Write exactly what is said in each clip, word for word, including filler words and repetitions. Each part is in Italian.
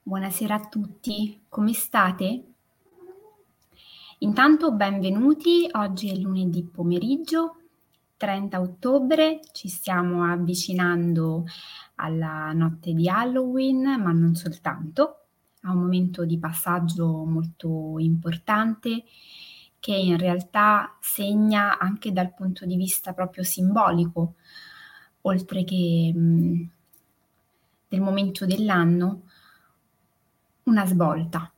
Buonasera a tutti, come state? Intanto benvenuti, oggi è lunedì pomeriggio, trenta ottobre, ci stiamo avvicinando alla notte di Halloween, ma non soltanto, a un momento di passaggio molto importante che in realtà segna anche dal punto di vista proprio simbolico, oltre che mh, del momento dell'anno, una svolta.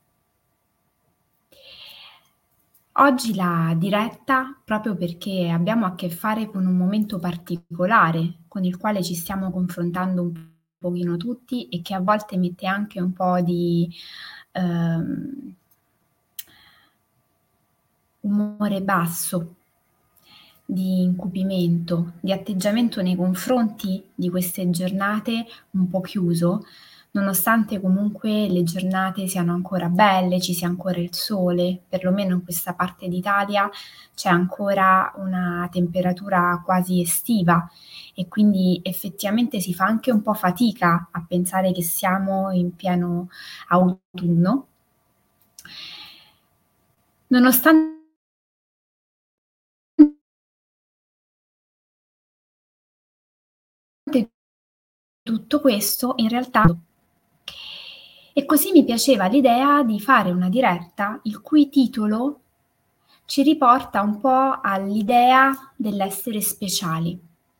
Oggi la diretta, proprio perché abbiamo a che fare con un momento particolare, con il quale ci stiamo confrontando un pochino tutti e che a volte mette anche un po' di ehm, umore basso, di incupimento, di atteggiamento nei confronti di queste giornate un po' chiuso, nonostante comunque le giornate siano ancora belle, ci sia ancora il sole, perlomeno in questa parte d'Italia c'è ancora una temperatura quasi estiva e quindi effettivamente si fa anche un po' fatica a pensare che siamo in pieno autunno. Nonostante tutto questo, in realtà e così mi piaceva l'idea di fare una diretta il cui titolo ci riporta un po' all'idea dell'essere speciali.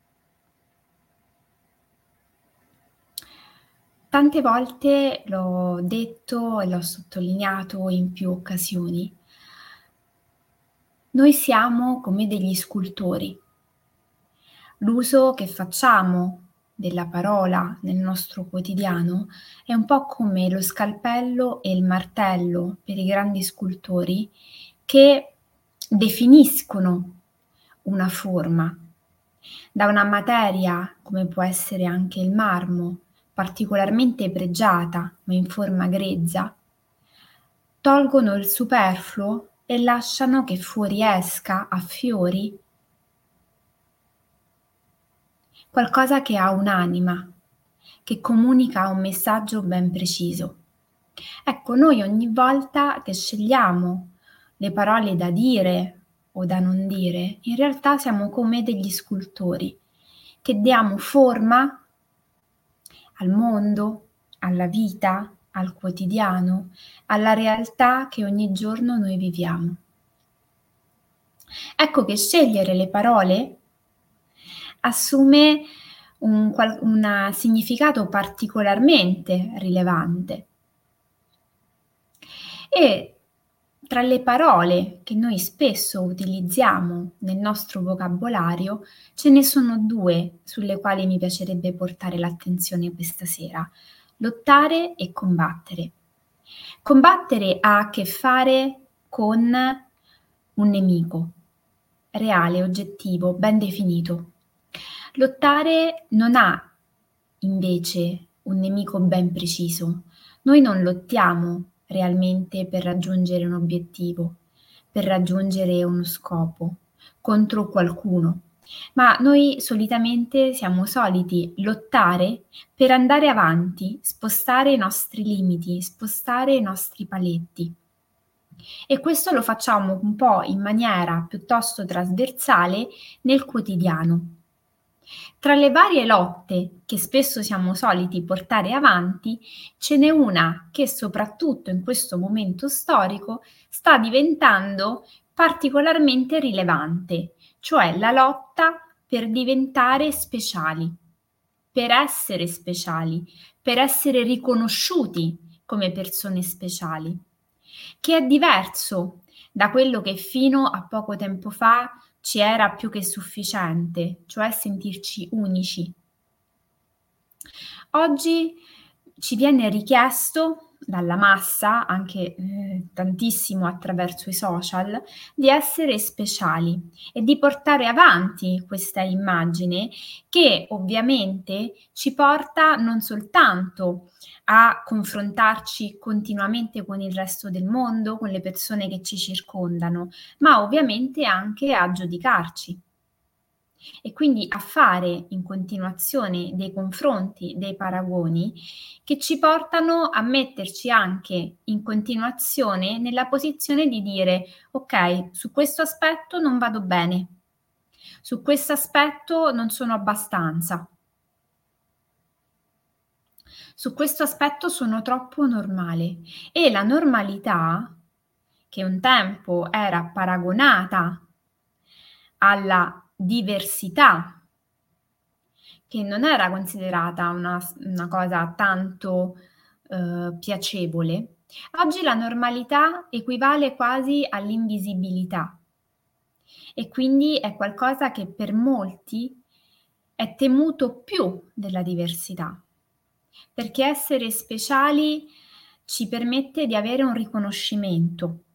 Tante volte l'ho detto e l'ho sottolineato in più occasioni. Noi siamo come degli scultori. L'uso che facciamo della parola nel nostro quotidiano è un po' come lo scalpello e il martello per i grandi scultori che definiscono una forma. Da una materia, come può essere anche il marmo, particolarmente pregiata ma in forma grezza, tolgono il superfluo e lasciano che fuoriesca a fiori qualcosa che ha un'anima, che comunica un messaggio ben preciso. Ecco, noi ogni volta che scegliamo le parole da dire o da non dire, in realtà siamo come degli scultori che diamo forma al mondo, alla vita, al quotidiano, alla realtà che ogni giorno noi viviamo. Ecco che scegliere le parole assume un qual un significato particolarmente rilevante. E tra le parole che noi spesso utilizziamo nel nostro vocabolario, ce ne sono due sulle quali mi piacerebbe portare l'attenzione questa sera: lottare e combattere. Combattere ha a che fare con un nemico, reale, oggettivo, ben definito. Lottare non ha invece un nemico ben preciso. Noi non lottiamo realmente per raggiungere un obiettivo, per raggiungere uno scopo, contro qualcuno, ma noi solitamente siamo soliti lottare per andare avanti, spostare i nostri limiti, spostare i nostri paletti. E questo lo facciamo un po' in maniera piuttosto trasversale nel quotidiano. Tra le varie lotte che spesso siamo soliti portare avanti, ce n'è una che soprattutto in questo momento storico sta diventando particolarmente rilevante, cioè la lotta per diventare speciali, per essere speciali, per essere riconosciuti come persone speciali, che è diverso da quello che fino a poco tempo fa ci era più che sufficiente, cioè sentirci unici. Oggi ci viene richiesto dalla massa, anche eh, tantissimo attraverso i social, di essere speciali e di portare avanti questa immagine che ovviamente ci porta non soltanto a confrontarci continuamente con il resto del mondo, con le persone che ci circondano, ma ovviamente anche a giudicarci. e quindi a fare in continuazione dei confronti, dei paragoni che ci portano a metterci anche in continuazione nella posizione di dire: "Okay, su questo aspetto non vado bene, su questo aspetto non sono abbastanza. Su questo aspetto sono troppo normale". E la normalità, che un tempo era paragonata alla diversità, che non era considerata una s una cosa tanto, uhm, piacevole, oggi la normalità equivale quasi all'invisibilità e quindi è qualcosa che per molti è temuto più della diversità, perché essere speciali ci permette di avere un riconoscimento,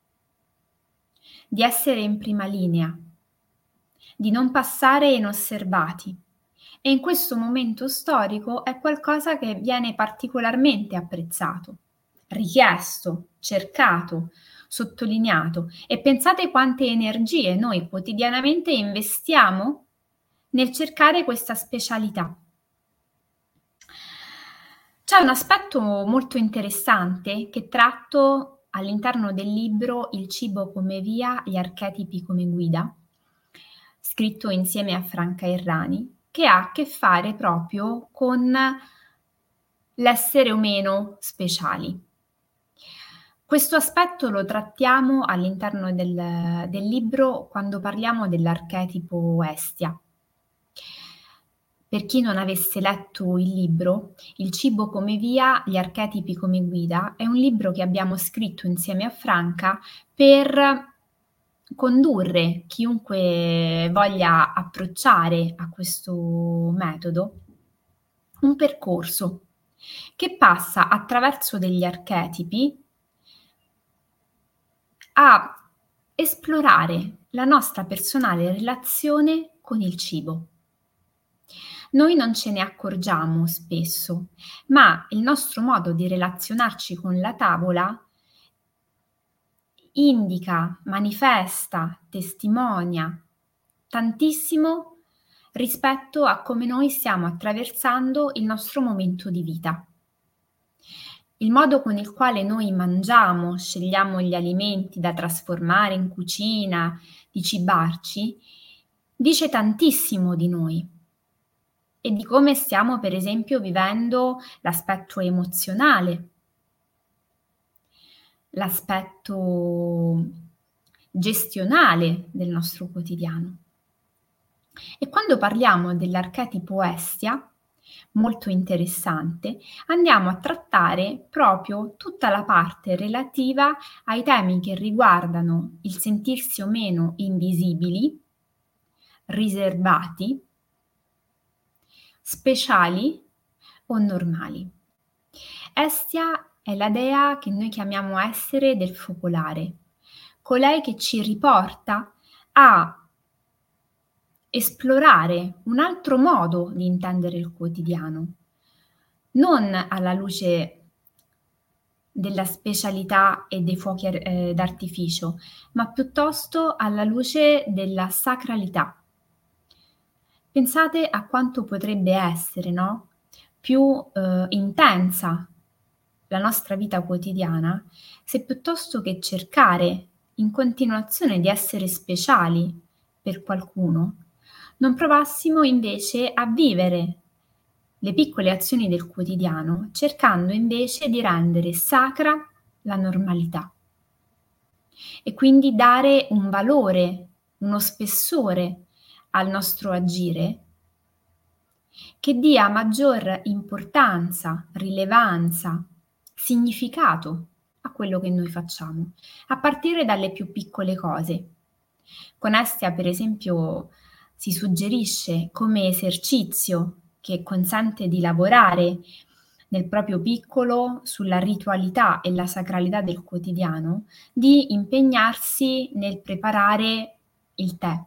di essere in prima linea, di non passare inosservati. E in questo momento storico è qualcosa che viene particolarmente apprezzato, richiesto, cercato, sottolineato. E pensate quante energie noi quotidianamente investiamo nel cercare questa specialità. C'è un aspetto molto interessante che tratto all'interno del libro Il cibo come via, gli archetipi come guida, scritto insieme a Franca Errani, che ha a che fare proprio con l'essere o meno speciali. Questo aspetto lo trattiamo all'interno del del libro quando parliamo dell'archetipo Estia. Per chi non avesse letto il libro, Il cibo come via, gli archetipi come guida, è un libro che abbiamo scritto insieme a Franca per condurre chiunque voglia approcciare a questo metodo un percorso che passa attraverso degli archetipi a esplorare la nostra personale relazione con il cibo. Noi non ce ne accorgiamo spesso, ma il nostro modo di relazionarci con la tavola indica, manifesta, testimonia tantissimo rispetto a come noi stiamo attraversando il nostro momento di vita. Il modo con il quale noi mangiamo, scegliamo gli alimenti da trasformare in cucina, di cibarci, dice tantissimo di noi e di come stiamo, per esempio, vivendo l'aspetto emozionale, l'aspetto gestionale del nostro quotidiano. E quando parliamo dell'archetipo Estia, molto interessante, andiamo a trattare proprio tutta la parte relativa ai temi che riguardano il sentirsi o meno invisibili, riservati, speciali o normali. Estia è la dea che noi chiamiamo essere del focolare, colei che ci riporta a esplorare un altro modo di intendere il quotidiano, non alla luce della specialità e dei fuochi ar ehm, d'artificio, ma piuttosto alla luce della sacralità. Pensate a quanto potrebbe essere, no, più, uhm, intensa la nostra vita quotidiana se piuttosto che cercare in continuazione di essere speciali per qualcuno, non provassimo invece a vivere le piccole azioni del quotidiano, cercando invece di rendere sacra la normalità e quindi dare un valore, uno spessore al nostro agire che dia maggior importanza, rilevanza, significato a quello che noi facciamo, a partire dalle più piccole cose. Con Estia, per esempio, si suggerisce come esercizio che consente di lavorare nel proprio piccolo sulla ritualità e la sacralità del quotidiano, di impegnarsi nel preparare il tè,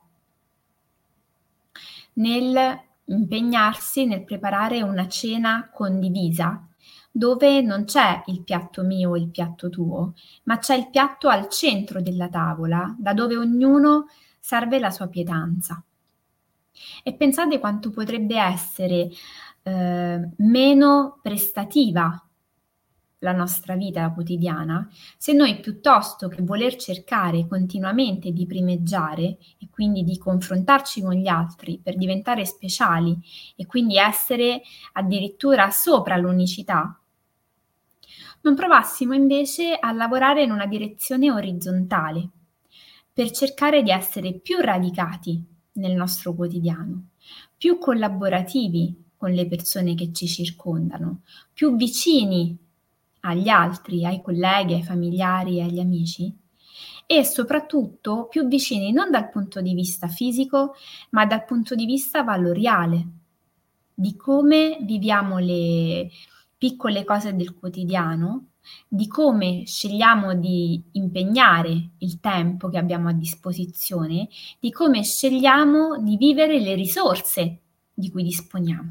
nel impegnarsi nel preparare una cena condivisa, dove non c'è il piatto mio e il piatto tuo, ma c'è il piatto al centro della tavola, da dove ognuno serve la sua pietanza. E pensate quanto potrebbe essere eh, meno prestativa la nostra vita quotidiana se noi, piuttosto che voler cercare continuamente di primeggiare e quindi di confrontarci con gli altri per diventare speciali e quindi essere addirittura sopra l'unicità, non provassimo invece a lavorare in una direzione orizzontale per cercare di essere più radicati nel nostro quotidiano, più collaborativi con le persone che ci circondano, più vicini agli altri, ai colleghi, ai familiari e agli amici, e soprattutto più vicini non dal punto di vista fisico, ma dal punto di vista valoriale, di come viviamo le piccole cose del quotidiano, di come scegliamo di impegnare il tempo che abbiamo a disposizione, di come scegliamo di vivere le risorse di cui disponiamo.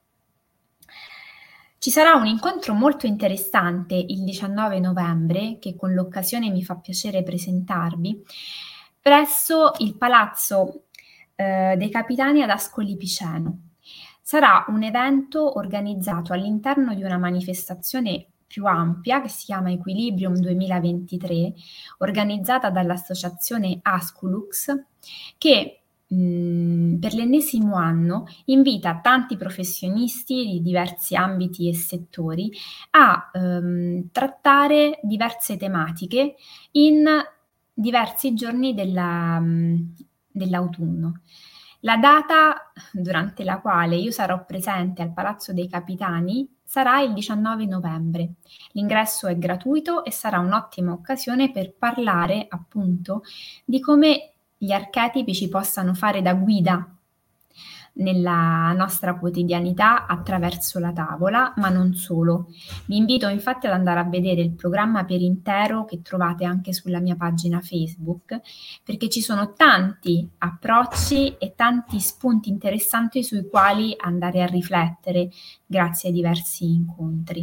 Ci sarà un incontro molto interessante il diciannove novembre, che con l'occasione mi fa piacere presentarvi, presso il Palazzo eh, dei Capitani ad Ascoli Piceno. Sarà un evento organizzato all'interno di una manifestazione più ampia che si chiama Equilibrium duemilaventitré, organizzata dall'associazione Asculux, che mh, per l'ennesimo anno invita tanti professionisti di diversi ambiti e settori a ehm, trattare diverse tematiche in diversi giorni della, mh, dell'autunno. La data durante la quale io sarò presente al Palazzo dei Capitani sarà il diciannove novembre. L'ingresso è gratuito e sarà un'ottima occasione per parlare appunto di come gli archetipi ci possano fare da guida nella nostra quotidianità attraverso la tavola, ma non solo. Vi invito infatti ad andare a vedere il programma per intero che trovate anche sulla mia pagina Facebook, perché ci sono tanti approcci e tanti spunti interessanti sui quali andare a riflettere grazie ai diversi incontri.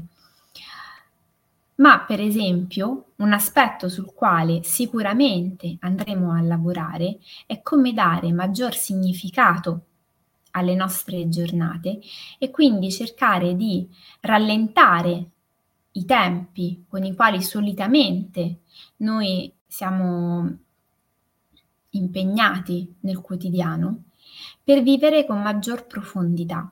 Ma per esempio un aspetto sul quale sicuramente andremo a lavorare è come dare maggior significato alle nostre giornate e quindi cercare di rallentare i tempi con i quali solitamente noi siamo impegnati nel quotidiano per vivere con maggior profondità.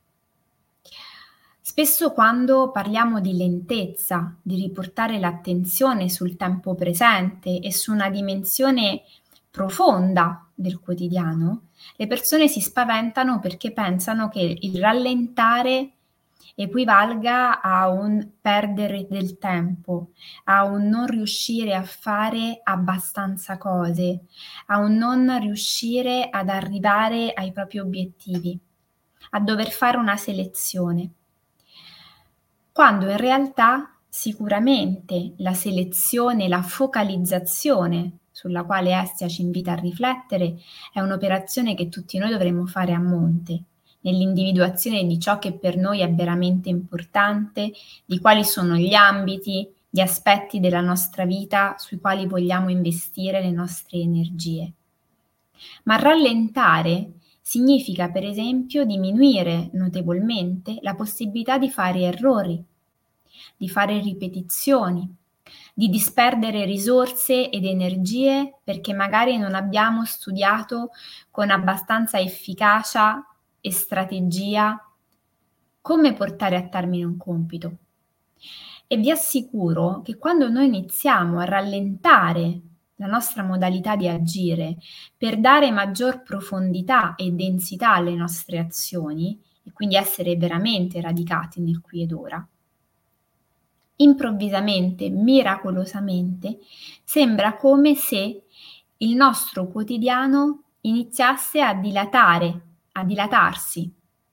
Spesso quando parliamo di lentezza, di riportare l'attenzione sul tempo presente e su una dimensione profonda del quotidiano, le persone si spaventano perché pensano che il rallentare equivalga a un perdere del tempo, a un non riuscire a fare abbastanza cose, a un non riuscire ad arrivare ai propri obiettivi, a dover fare una selezione. Quando in realtà sicuramente la selezione, la focalizzazione sulla quale Estia ci invita a riflettere è un'operazione che tutti noi dovremmo fare a monte, nell'individuazione di ciò che per noi è veramente importante, di quali sono gli ambiti, gli aspetti della nostra vita sui quali vogliamo investire le nostre energie. Ma rallentare significa per esempio diminuire notevolmente la possibilità di fare errori, di fare ripetizioni, di disperdere risorse ed energie perché magari non abbiamo studiato con abbastanza efficacia e strategia come portare a termine un compito. E vi assicuro che quando noi iniziamo a rallentare la nostra modalità di agire per dare maggior profondità e densità alle nostre azioni e quindi essere veramente radicati nel qui ed ora, improvvisamente, miracolosamente, sembra come se il nostro quotidiano iniziasse a dilatare, a dilatarsi.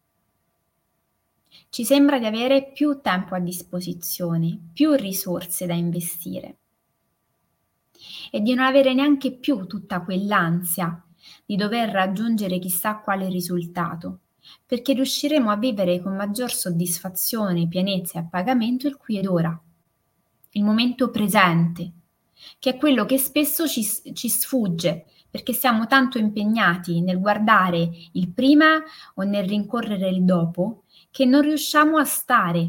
Ci sembra di avere più tempo a disposizione, più risorse da investire e di non avere neanche più tutta quell'ansia di dover raggiungere chissà quale risultato, perché riusciremo a vivere con maggior soddisfazione, pienezza e appagamento il qui ed ora, il momento presente, che è quello che spesso ci, ci sfugge perché siamo tanto impegnati nel guardare il prima o nel rincorrere il dopo, che non riusciamo a stare.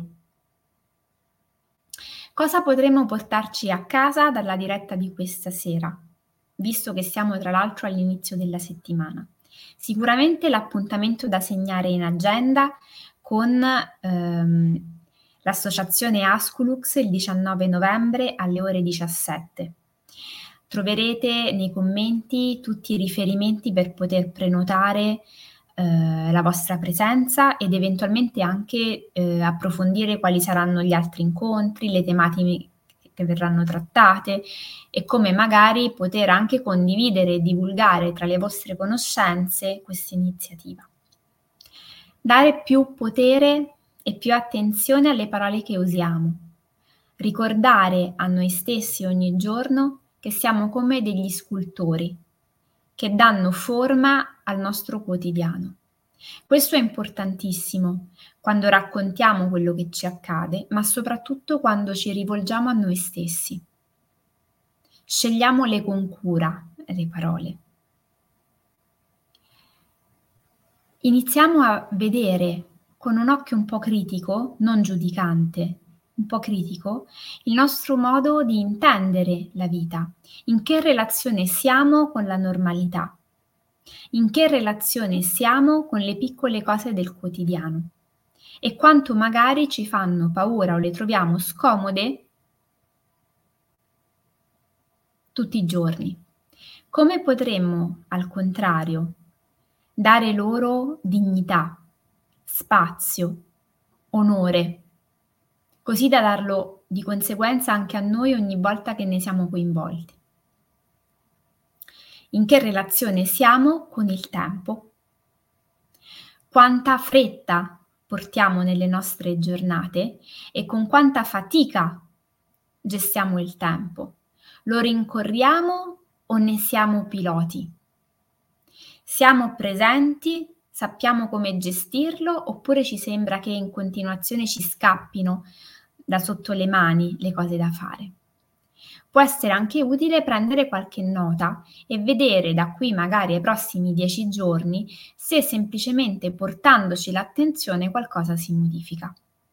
Cosa potremmo portarci a casa dalla diretta di questa sera, visto che siamo tra l'altro all'inizio della settimana? Sicuramente l'appuntamento da segnare in agenda con ehm, l'associazione Asculux il diciannove novembre alle ore diciassette. Troverete nei commenti tutti i riferimenti per poter prenotare eh, la vostra presenza ed eventualmente anche eh, approfondire quali saranno gli altri incontri, le tematiche che verranno trattate e come magari poter anche condividere e divulgare tra le vostre conoscenze questa iniziativa. Dare più potere e più attenzione alle parole che usiamo. Ricordare a noi stessi ogni giorno che siamo come degli scultori che danno forma al nostro quotidiano. Questo è importantissimo quando raccontiamo quello che ci accade, ma soprattutto quando ci rivolgiamo a noi stessi. Scegliamole con cura le parole. Iniziamo a vedere con un occhio un po' critico, non giudicante, un po' critico, il nostro modo di intendere la vita, in che relazione siamo con la normalità, in che relazione siamo con le piccole cose del quotidiano e quanto magari ci fanno paura o le troviamo scomode tutti i giorni. Come potremmo, al contrario, dare loro dignità, spazio, onore, così da darlo di conseguenza anche a noi ogni volta che ne siamo coinvolti. In che relazione siamo con il tempo? Quanta fretta portiamo nelle nostre giornate e con quanta fatica gestiamo il tempo? Lo rincorriamo o ne siamo piloti? Siamo presenti? Sappiamo come gestirlo oppure ci sembra che in continuazione ci scappino da sotto le mani le cose da fare? Può essere anche utile prendere qualche nota e vedere da qui magari ai prossimi dieci giorni se semplicemente portandoci l'attenzione qualcosa si modifica.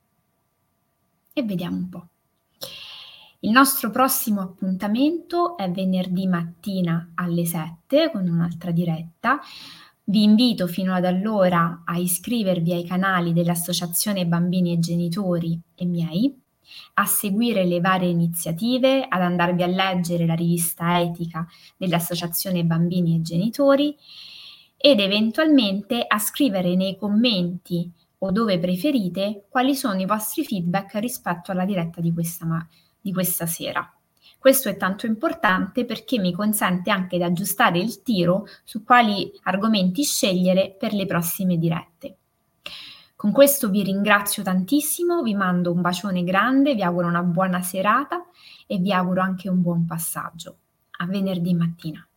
E vediamo un po'. Il nostro prossimo appuntamento è venerdì mattina alle sette con un'altra diretta. Vi invito fino ad allora a iscrivervi ai canali dell'Associazione Bambini e Genitori e miei, a seguire le varie iniziative, ad andarvi a leggere la rivista etica dell'Associazione Bambini e Genitori ed eventualmente a scrivere nei commenti o dove preferite quali sono i vostri feedback rispetto alla diretta di questa, ma- di questa sera. Questo è tanto importante perché mi consente anche di aggiustare il tiro su quali argomenti scegliere per le prossime dirette. Con questo vi ringrazio tantissimo, vi mando un bacione grande, vi auguro una buona serata e vi auguro anche un buon passaggio. A venerdì mattina.